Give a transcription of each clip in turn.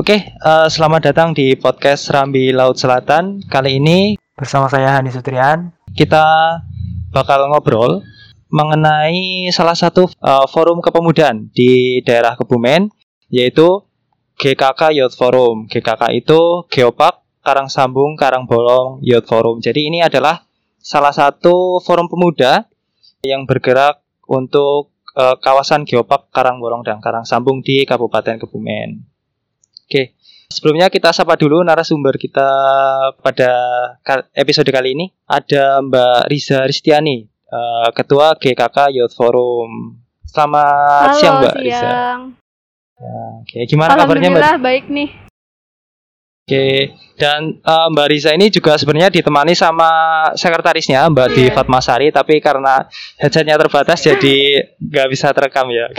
Selamat datang di podcast Rambi Laut Selatan. Kali ini bersama saya Hani Sutrian. Kita bakal ngobrol mengenai salah satu forum kepemudaan di daerah Kebumen, yaitu GKK Youth Forum. GKK itu Geopark Karangsambung Karangbolong Youth Forum. Jadi ini adalah salah satu forum pemuda yang bergerak untuk kawasan Geopark Karangbolong dan Karangsambung di Kabupaten Kebumen. Oke, sebelumnya kita sapa dulu narasumber kita pada episode kali ini. Ada Mbak Riza Ristiani, Ketua GKK Youth Forum. Selamat siang Mbak Riza. Ya, oke. Gimana kabarnya Mbak? Alhamdulillah baik nih. Oke, dan Mbak Riza ini juga sebenarnya ditemani sama sekretarisnya Mbak Di Fatmasari, tapi karena headsetnya terbatas jadi nggak bisa terekam ya.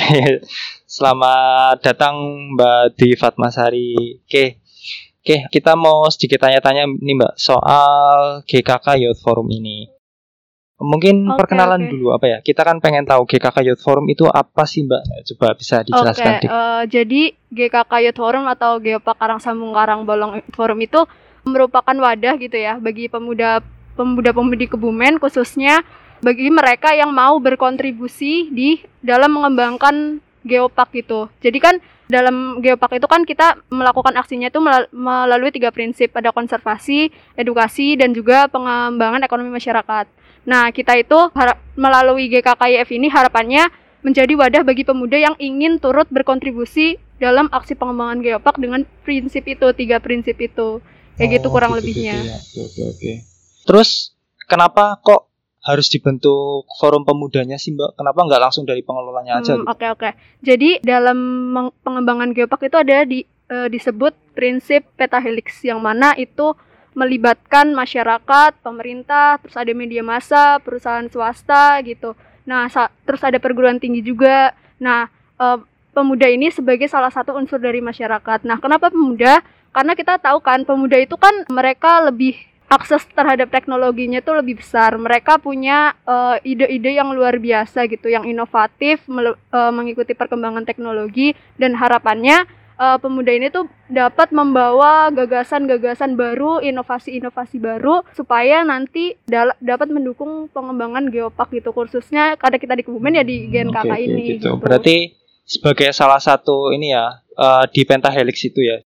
Selamat datang Mbak Di Fatmasari. Oke, kita mau sedikit tanya-tanya nih Mbak soal GKK Youth Forum ini. Mungkin perkenalan dulu apa ya? Kita kan pengen tahu GKK Youth Forum itu apa sih Mbak? Coba bisa dijelaskan. Jadi GKK Youth Forum atau Geopark Karangsambung Karangbolong Forum itu merupakan wadah gitu ya bagi pemuda-pemudi Kebumen, khususnya bagi mereka yang mau berkontribusi di dalam mengembangkan Geopark gitu. Jadi kan dalam Geopark itu kan kita melakukan aksinya itu melalui 3 prinsip, ada konservasi, edukasi, dan juga pengembangan ekonomi masyarakat. Nah, kita itu melalui GKKYF ini harapannya menjadi wadah bagi pemuda yang ingin turut berkontribusi dalam aksi pengembangan Geopark dengan prinsip itu, 3 prinsip itu. Kayak gitu kurang lebihnya. Oke. Terus kenapa kok harus dibentuk forum pemudanya sih Mbak? Kenapa nggak langsung dari pengelolanya aja? Oke. Jadi dalam pengembangan Geopark itu ada disebut prinsip pentahelix, yang mana itu melibatkan masyarakat, pemerintah, terus ada media massa, perusahaan swasta gitu. Nah, terus ada perguruan tinggi juga. Nah, pemuda ini sebagai salah satu unsur dari masyarakat. Nah, kenapa pemuda? Karena kita tahu kan pemuda itu kan mereka lebih akses terhadap teknologinya itu lebih besar. Mereka punya ide-ide yang luar biasa gitu, yang inovatif, mengikuti perkembangan teknologi, dan harapannya pemuda ini tuh dapat membawa gagasan-gagasan baru, inovasi-inovasi baru, supaya nanti dapat mendukung pengembangan Geopark gitu, khususnya karena kita di Kebumen ya di GNKK ini. Gitu. Berarti sebagai salah satu ini ya di pentahelix itu ya?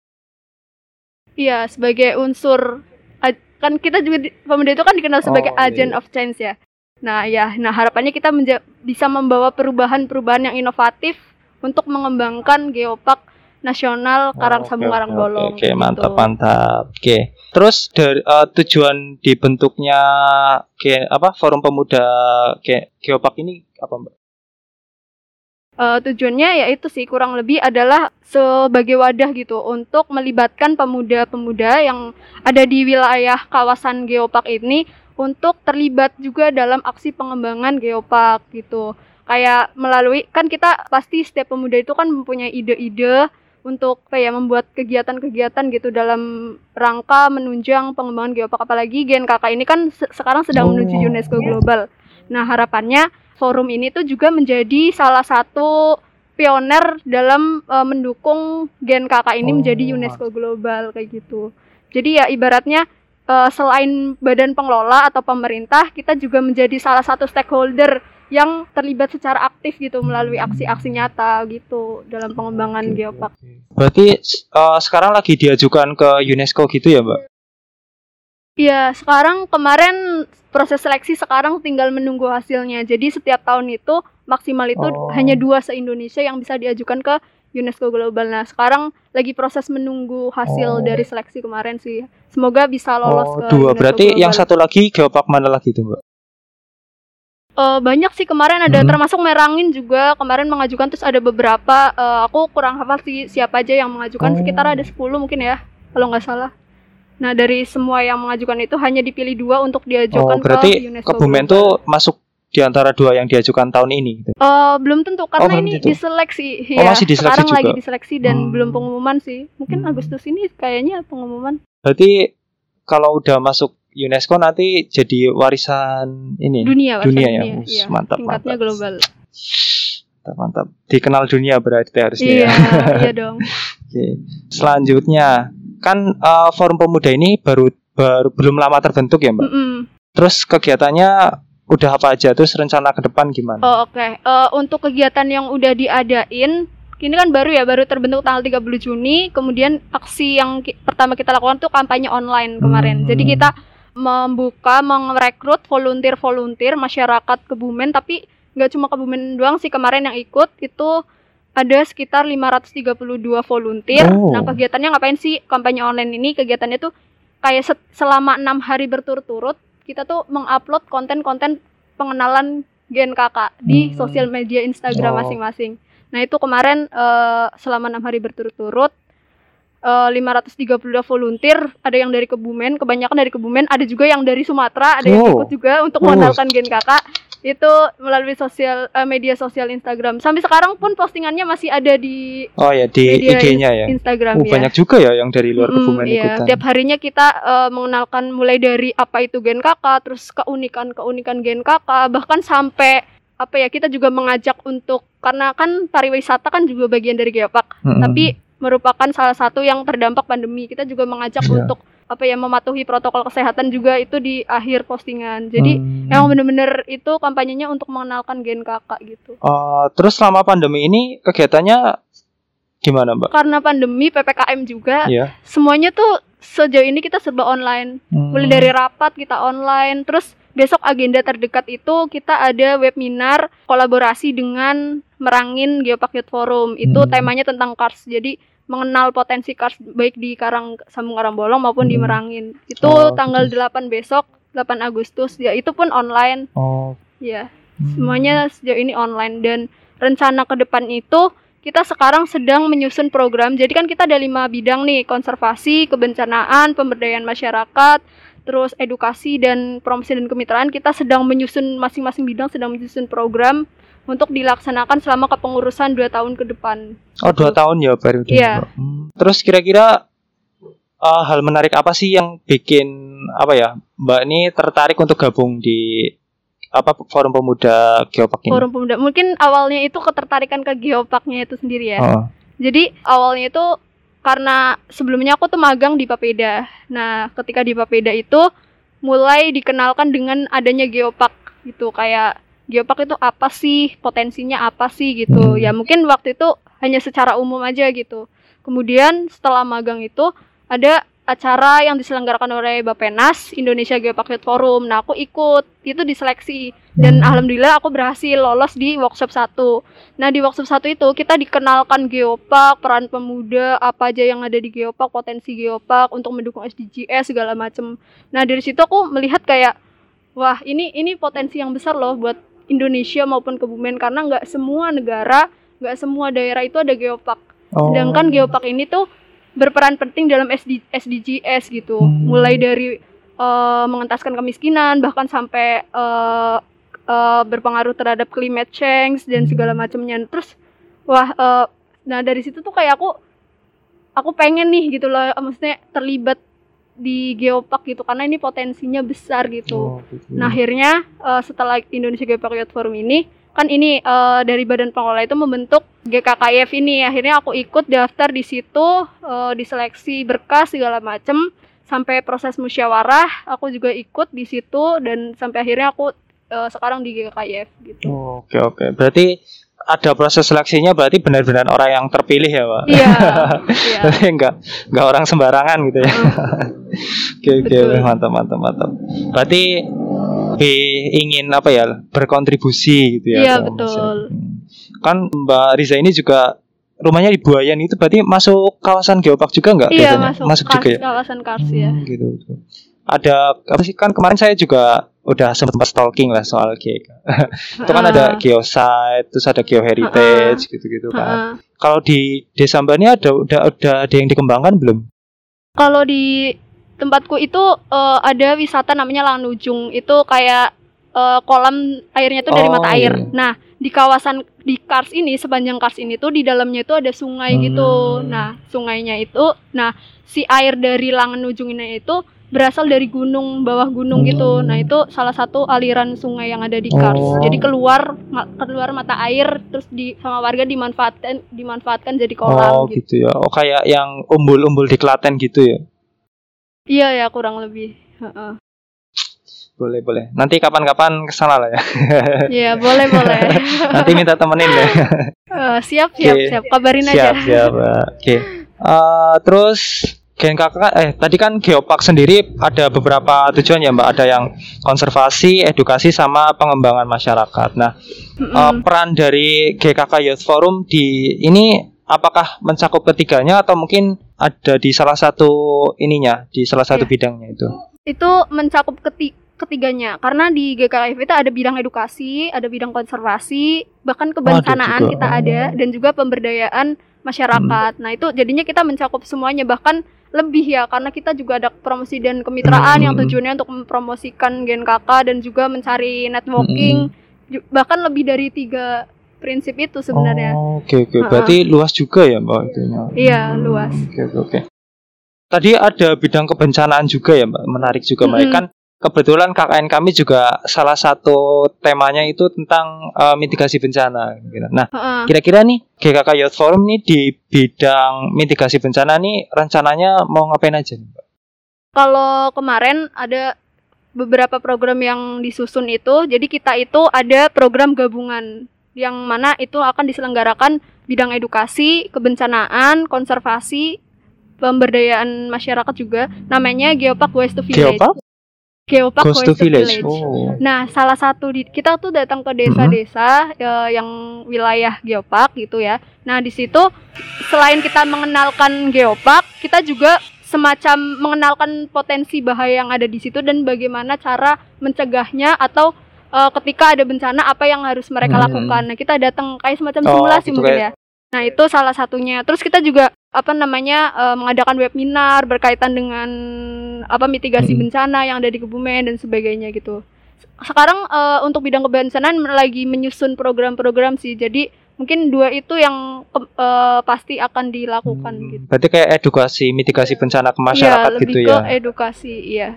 Iya, sebagai unsur. Kan kita juga pemuda itu kan dikenal sebagai agent of change ya. Nah harapannya kita bisa membawa perubahan-perubahan yang inovatif untuk mengembangkan Geopark Nasional Karangsambung Karangbolong. Oke, mantap. Oke. Terus dari tujuan dibentuknya forum pemuda Geopark ini apa Mbak? Tujuannya yaitu sih kurang lebih adalah sebagai wadah gitu untuk melibatkan pemuda-pemuda yang ada di wilayah kawasan Geopark ini untuk terlibat juga dalam aksi pengembangan Geopark gitu. Kayak melalui, kan kita pasti setiap pemuda itu kan mempunyai ide-ide untuk membuat kegiatan-kegiatan gitu dalam rangka menunjang pengembangan Geopark, apalagi GNKK ini kan sekarang sedang menuju UNESCO Global. Nah, harapannya forum ini tuh juga menjadi salah satu pioner dalam mendukung GNKK ini menjadi UNESCO Global kayak gitu. Jadi ya ibaratnya selain badan pengelola atau pemerintah, kita juga menjadi salah satu stakeholder yang terlibat secara aktif gitu melalui aksi-aksi nyata gitu dalam pengembangan Geopark. Berarti sekarang lagi diajukan ke UNESCO gitu ya Mbak? Iya, kemarin proses seleksi sekarang tinggal menunggu hasilnya. Jadi setiap tahun itu maksimal itu hanya 2 se-Indonesia yang bisa diajukan ke UNESCO Global. Nah, sekarang lagi proses menunggu hasil dari seleksi kemarin sih. Semoga bisa lolos ke 2. Berarti Global. Yang satu lagi Geopark mana lagi tuh Mbak? Banyak sih, kemarin ada termasuk Merangin juga kemarin mengajukan, terus ada beberapa aku kurang hafal sih siapa aja yang mengajukan, sekitar ada 10 mungkin ya kalau nggak salah. Nah, dari semua yang mengajukan itu hanya dipilih 2 untuk diajukan ke UNESCO. Kebumen tuh masuk di antara 2 yang diajukan tahun ini gitu? Belum tentu karena ini diseleksi ya. Masih diseleksi sekarang juga? Lagi diseleksi dan belum pengumuman sih. Mungkin Agustus ini kayaknya pengumuman. Berarti kalau udah masuk UNESCO nanti jadi warisan ini dunia ya. Iya, Mantap. Tingkatnya global. Mantap. Dikenal dunia berarti harusnya. Iya, iya dong. Oke. Selanjutnya kan Forum Pemuda ini baru belum lama terbentuk ya, Mbak. Terus kegiatannya udah apa aja? Terus rencana ke depan gimana? Oke. Untuk kegiatan yang udah diadain, ini kan baru terbentuk tanggal 30 Juni. Kemudian aksi yang pertama kita lakukan tuh kampanye online kemarin. Jadi kita merekrut volunteer masyarakat Kebumen, tapi nggak cuma Kebumen doang sih kemarin yang ikut, itu ada sekitar 532 volunteer. Nah, kegiatannya ngapain sih kampanye online ini? Kegiatannya tuh kayak selama 6 hari berturut-turut kita tuh mengupload konten-konten pengenalan GNKK di sosial media Instagram masing-masing. Nah, itu kemarin selama 6 hari berturut-turut 532 volunteer, ada yang dari Kebumen, kebanyakan dari Kebumen, ada juga yang dari Sumatera, ada yang ikut juga untuk mengenalkan GNKK. Itu melalui media sosial Instagram. Sampai sekarang pun postingannya masih ada di di IG-nya ya. Instagram ya. Banyak juga ya yang dari luar Kebumen ikutan. Tiap harinya kita mengenalkan mulai dari apa itu GNKK, terus keunikan GNKK, bahkan sampai kita juga mengajak untuk, karena kan pariwisata kan juga bagian dari Geopark, tapi merupakan salah satu yang terdampak pandemi. Kita juga mengajak untuk mematuhi protokol kesehatan juga, itu di akhir postingan. Jadi emang benar-benar itu kampanyenya untuk mengenalkan GNKK gitu. Terus selama pandemi ini kegiatannya gimana, Mbak? Karena pandemi, PPKM juga, semuanya tuh sejauh ini kita serba online. Mulai dari rapat kita online, terus besok agenda terdekat itu kita ada webinar kolaborasi dengan Merangin Geopark Youth Forum. Itu temanya tentang Kars. Jadi mengenal potensi Kars baik di Sambung Karangbolong maupun di Merangin. Itu tanggal 8 besok, 8 Agustus. Ya, itu pun online. Ya, semuanya sejauh ini online. Dan rencana ke depan itu kita sekarang sedang menyusun program. Jadi kan kita ada 5 bidang nih: konservasi, kebencanaan, pemberdayaan masyarakat, terus edukasi dan promosi dan kemitraan. Kita sedang menyusun, masing-masing bidang sedang menyusun program untuk dilaksanakan selama kepengurusan 2 tahun ke depan. 2 tahun ya baru. Iya. Terus kira-kira hal menarik apa sih yang bikin Mbak ini tertarik untuk gabung di Forum Pemuda Geopark ini? Forum Pemuda, mungkin awalnya itu ketertarikan ke Geoparknya itu sendiri ya. Jadi awalnya itu karena sebelumnya aku tuh magang di Papeda. Nah, ketika di Papeda itu mulai dikenalkan dengan adanya Geopark gitu, kayak Geopark itu apa sih, potensinya apa sih gitu. Ya mungkin waktu itu hanya secara umum aja gitu. Kemudian setelah magang itu ada acara yang diselenggarakan oleh Bappenas, Indonesia Geopark Youth Forum. Nah, aku ikut, itu diseleksi. Dan alhamdulillah aku berhasil lolos di workshop 1. Nah, di workshop 1 itu kita dikenalkan Geopark, peran pemuda, apa aja yang ada di Geopark, potensi Geopark untuk mendukung SDGs segala macam. Nah, dari situ aku melihat kayak, wah, ini potensi yang besar loh buat Indonesia maupun Kebumen, karena nggak semua negara, nggak semua daerah itu ada Geopark. Sedangkan Geopark ini tuh berperan penting dalam SDGs gitu, mulai dari mengentaskan kemiskinan, bahkan sampai berpengaruh terhadap climate change dan segala macamnya. Terus nah dari situ tuh kayak aku pengen nih gitu loh, maksudnya terlibat di Geopark gitu, karena ini potensinya besar gitu. Nah, akhirnya setelah Indonesia Geopark Youth Forum ini, kan ini dari Badan Pengelola itu membentuk GKKYF ini. Akhirnya aku ikut daftar di situ, diseleksi berkas segala macem, sampai proses musyawarah aku juga ikut di situ, dan sampai akhirnya aku sekarang di GKKYF gitu. Oke. Berarti ada proses seleksinya, berarti benar-benar orang yang terpilih ya, Pak? Iya. Berarti enggak orang sembarangan gitu ya. Oke, mantap. Berarti ingin berkontribusi gitu ya. Iya, betul. Kan Mbak Riza ini juga rumahnya di Buayan, itu berarti masuk kawasan Geopark juga enggak? Iya, masuk juga ya? Kawasan Kars ya. Gitu. Ada apa sih, kan kemarin saya juga udah sempat stalking lah soal GK. Itu kan ada geosite, terus ada geoheritage gitu-gitu kan. Kalau di Desa Mbak ini udah ada yang dikembangkan belum? Kalau di tempatku itu ada wisata namanya Lanujung. Itu kayak kolam airnya itu dari mata air. Iya. Nah, di kawasan di Kars ini, sepanjang Kars ini tuh di dalamnya itu ada sungai gitu. Nah, sungainya itu, si air dari Lanujung ini itu berasal dari gunung, bawah gunung gitu. Nah, itu salah satu aliran sungai yang ada di Kars. Jadi keluar mata air, terus sama warga dimanfaatkan jadi kolam gitu ya. Oh, kayak yang umbul-umbul di Klaten gitu ya. Iya ya, kurang lebih. Boleh. Nanti kapan-kapan kesana lah ya. Iya, boleh. Nanti minta temenin deh. Siap. Kabarin aja. Siap. Oke. Terus tadi kan Geopark sendiri ada beberapa tujuan ya Mbak. Ada yang konservasi, edukasi, sama pengembangan masyarakat. Nah, peran dari GKK Youth Forum di ini apakah mencakup ketiganya atau mungkin ada di salah satu bidangnya itu? Itu mencakup ketiganya, karena di GKF itu ada bidang edukasi, ada bidang konservasi, bahkan kebencanaan kita ada, dan juga pemberdayaan masyarakat. Nah, itu jadinya kita mencakup semuanya, bahkan lebih ya, karena kita juga ada promosi dan kemitraan yang tujuannya untuk mempromosikan GKK dan juga mencari networking, bahkan lebih dari 3 prinsip itu sebenarnya. Oke. Berarti luas juga ya Mbak itunya. Iya, luas. Oke. Tadi ada bidang kebencanaan juga ya Mbak, menarik juga Mbak. Kan kebetulan KKN kami juga salah satu temanya itu tentang mitigasi bencana. Nah, kira-kira nih GKK Youth Forum nih di bidang mitigasi bencana nih rencananya mau ngapain aja nih Mbak? Kalau kemarin ada beberapa program yang disusun itu, jadi kita itu ada program gabungan yang mana itu akan diselenggarakan bidang edukasi, kebencanaan, konservasi, pemberdayaan masyarakat juga, namanya Geopark Voice to Village. Geopark Voice to Village. Nah, salah satu kita tuh datang ke desa-desa yang wilayah Geopark gitu ya. Nah, di situ selain kita mengenalkan Geopark, kita juga semacam mengenalkan potensi bahaya yang ada di situ dan bagaimana cara mencegahnya, atau ketika ada bencana apa yang harus mereka lakukan. Nah, kita datang kayak semacam simulasi mungkin ya. Nah, itu salah satunya. Terus kita juga mengadakan webinar berkaitan dengan mitigasi bencana yang ada di Kebumen dan sebagainya gitu. Sekarang untuk bidang kebencanaan lagi menyusun program-program sih. Jadi mungkin 2 itu yang pasti akan dilakukan gitu. Berarti kayak edukasi mitigasi bencana ke masyarakat gitu ya. Lebih ke edukasi, iya.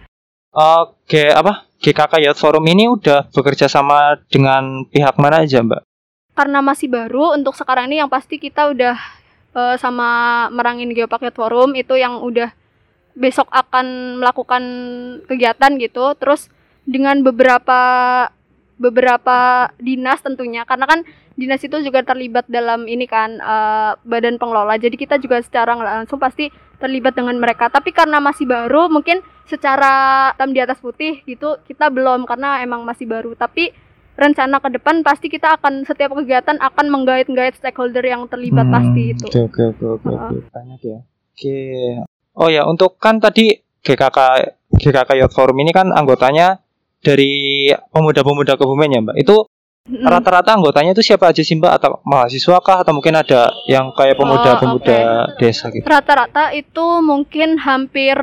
GKK Youth Forum ini udah bekerja sama dengan pihak mana aja Mbak? Karena masih baru, untuk sekarang ini yang pasti kita udah sama Merangin Geopark Youth Forum itu yang udah besok akan melakukan kegiatan gitu. Terus dengan beberapa dinas tentunya, karena kan dinas itu juga terlibat dalam ini kan, badan pengelola. Jadi kita juga secara langsung pasti terlibat dengan mereka. Tapi karena masih baru, mungkin secara hitam di atas putih gitu kita belum, karena emang masih baru. Tapi rencana ke depan pasti kita akan setiap kegiatan akan menggait stakeholder yang terlibat pasti itu. Oke. Banyak ya. Oke. Oh ya, untuk kan tadi GKK Youth Forum ini kan anggotanya dari pemuda-pemuda Kebumen ya Mbak. Itu rata-rata anggotanya itu siapa aja sih Mbak? Atau mahasiswa kah? Atau mungkin ada yang kayak pemuda-pemuda desa gitu? Rata-rata itu mungkin hampir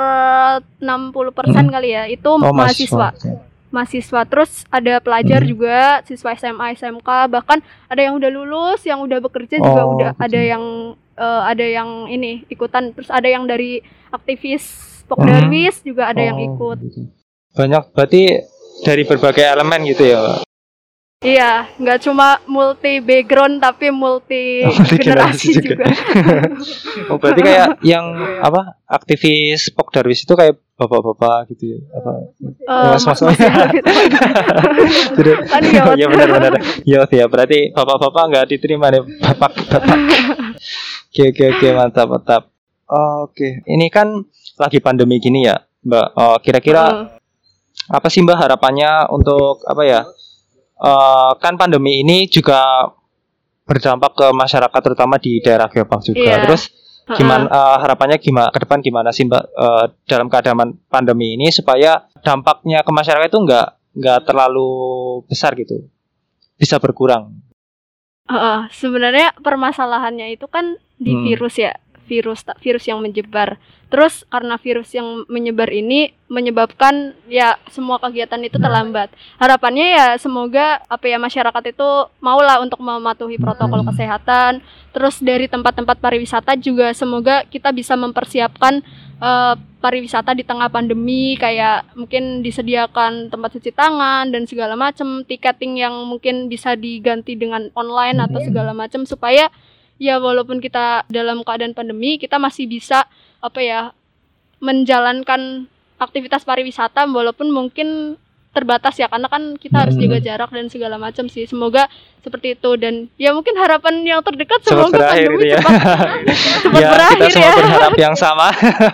60% kali ya. Itu mahasiswa. Mahasiswa, terus ada pelajar juga, siswa SMA, SMK, bahkan ada yang udah lulus, yang udah bekerja juga udah ada yang ini ikutan, terus ada yang dari aktivis Pokdarwis juga ada yang ikut. Banyak berarti dari berbagai elemen gitu ya Pak? Iya, nggak cuma multi background tapi multi generasi juga. Berarti kayak yang aktivis Pokdarwis itu kayak bapak-bapak gitu ya? Mas. Ya benar. Ya berarti bapak-bapak nggak diterima nih, bapak. Oke, mantap. Oke, ini kan lagi pandemi gini ya, Mbak. Kira-kira apa sih Mbak harapannya untuk kan pandemi ini juga berdampak ke masyarakat terutama di daerah Geopark juga. Yeah. Terus harapannya ke depan gimana sih Mbak dalam keadaan pandemi ini supaya dampaknya ke masyarakat itu nggak terlalu besar gitu, bisa berkurang. Sebenarnya permasalahannya itu kan di virus ya. virus yang menyebar. Terus karena virus yang menyebar ini menyebabkan ya semua kegiatan itu terlambat. Harapannya ya semoga masyarakat itu maulah untuk mematuhi protokol kesehatan. Terus dari tempat-tempat pariwisata juga semoga kita bisa mempersiapkan pariwisata di tengah pandemi, kayak mungkin disediakan tempat cuci tangan dan segala macam, tiketing yang mungkin bisa diganti dengan online atau segala macam, supaya ya walaupun kita dalam keadaan pandemi kita masih bisa menjalankan aktivitas pariwisata walaupun mungkin terbatas ya, karena kan kita harus jaga jarak dan segala macam sih. Semoga seperti itu, dan ya mungkin harapan yang terdekat semoga pandemi cepat berakhir kita semua berharap yang sama.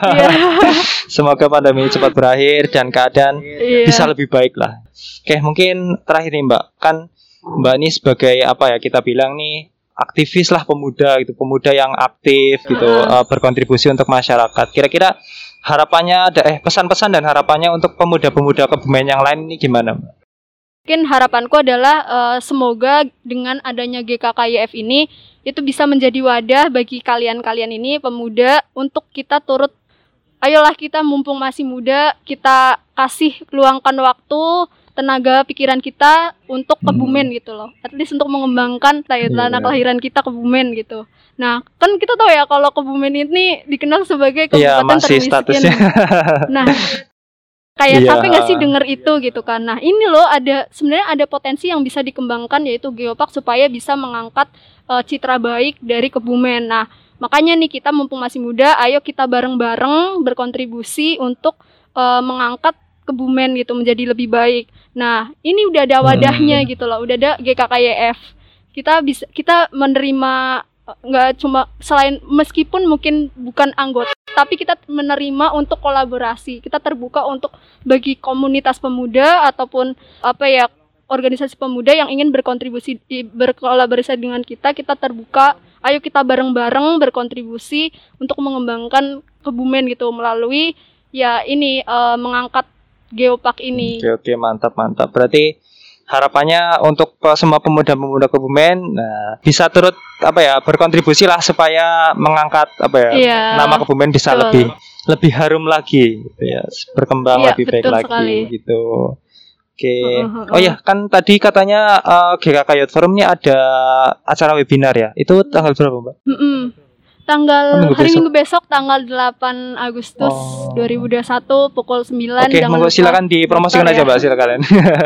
Semoga pandemi cepat berakhir dan keadaan bisa lebih baik lah. Oke, mungkin terakhir nih Mbak, kan Mbak ini sebagai kita bilang nih aktivis lah, pemuda gitu, pemuda yang aktif gitu, berkontribusi untuk masyarakat. Kira-kira harapannya ada pesan-pesan dan harapannya untuk pemuda-pemuda Kebumen yang lain ini gimana, Mbak? Mungkin harapanku adalah semoga dengan adanya GKKYF ini itu bisa menjadi wadah bagi kalian-kalian ini pemuda untuk kita turut, ayolah kita mumpung masih muda, kita kasih luangkan waktu, tenaga pikiran kita untuk Kebumen gitu loh. At least untuk mengembangkan tanah kelahiran kita Kebumen gitu. Nah, kan kita tahu ya kalau Kebumen ini dikenal sebagai kabupaten termiskin. Nah, kayak capek nggak sih denger itu gitu kan. Nah, ini loh sebenarnya ada potensi yang bisa dikembangkan, yaitu Geopark, supaya bisa mengangkat citra baik dari Kebumen. Nah, makanya nih kita mumpung masih muda, ayo kita bareng-bareng berkontribusi untuk mengangkat Kebumen gitu menjadi lebih baik. Nah, ini udah ada wadahnya gitu loh, udah ada GKKYF. Kita menerima nggak cuma selain meskipun mungkin bukan anggota, tapi kita menerima untuk kolaborasi. Kita terbuka untuk bagi komunitas pemuda ataupun organisasi pemuda yang ingin berkolaborasi dengan kita terbuka. Ayo kita bareng-bareng berkontribusi untuk mengembangkan Kebumen gitu melalui mengangkat Geopark ini. Oke, mantap. Berarti harapannya untuk semua pemuda-pemuda Kebumen bisa turut berkontribusi lah supaya mengangkat nama Kebumen bisa lebih harum lagi gitu ya, berkembang lebih baik lagi sekali. Gitu. Oke. Oh ya, kan tadi katanya GKK Youth Forum ini ada acara webinar ya. Itu tanggal berapa, Mbak? Hari Minggu besok tanggal 8 Agustus 2021 pukul 9. Oke, monggo silakan dipromosikan aja Mbak, silakan.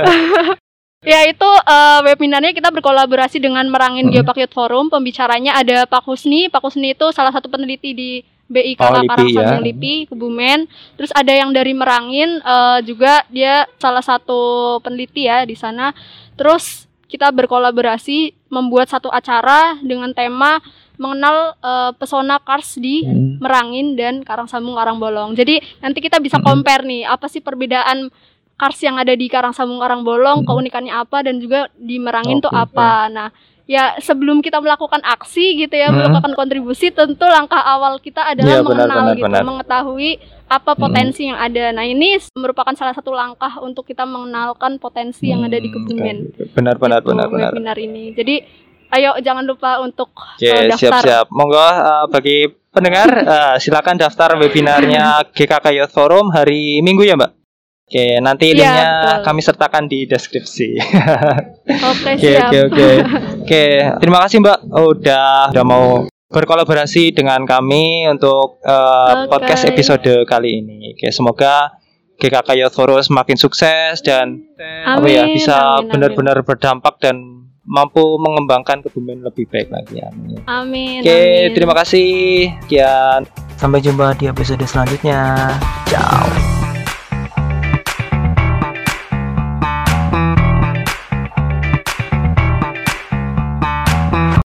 Ya, itu webinarnya kita berkolaborasi dengan Merangin Geopark Youth Forum. Pembicaranya ada Pak Husni. Pak Husni itu salah satu peneliti di BIKK Karangsamung LIPI Kebumen. Terus ada yang dari Merangin juga, dia salah satu peneliti ya di sana. Terus kita berkolaborasi membuat satu acara dengan tema mengenal pesona Kars di Merangin dan Karangsamung Karangbolong. Jadi nanti kita bisa compare nih, apa sih perbedaan Kars yang ada di Karangsamung Karangbolong, keunikannya apa, dan juga di Merangin tuh apa. Nah, ya sebelum kita melakukan aksi gitu ya, melakukan kontribusi, tentu langkah awal kita adalah mengetahui apa potensi yang ada. Nah, ini merupakan salah satu langkah untuk kita mengenalkan potensi yang ada di Kebumen. Benar. Webinar ini. Jadi ayo jangan lupa untuk daftar. Siap. Monggo bagi pendengar silakan daftar webinarnya GKK Youth Forum hari Minggu ya, Mbak. Oke, nanti linknya kami sertakan di deskripsi. Siap. Oke, terima kasih Mbak udah mau berkolaborasi dengan kami untuk podcast episode kali ini. Oke, semoga GKK Youth Forum semakin sukses dan bisa benar-benar berdampak dan mampu mengembangkan Kebumen lebih baik lagi. Amin. Oke, terima kasih. Sekian. Sampai jumpa di episode selanjutnya. Ciao.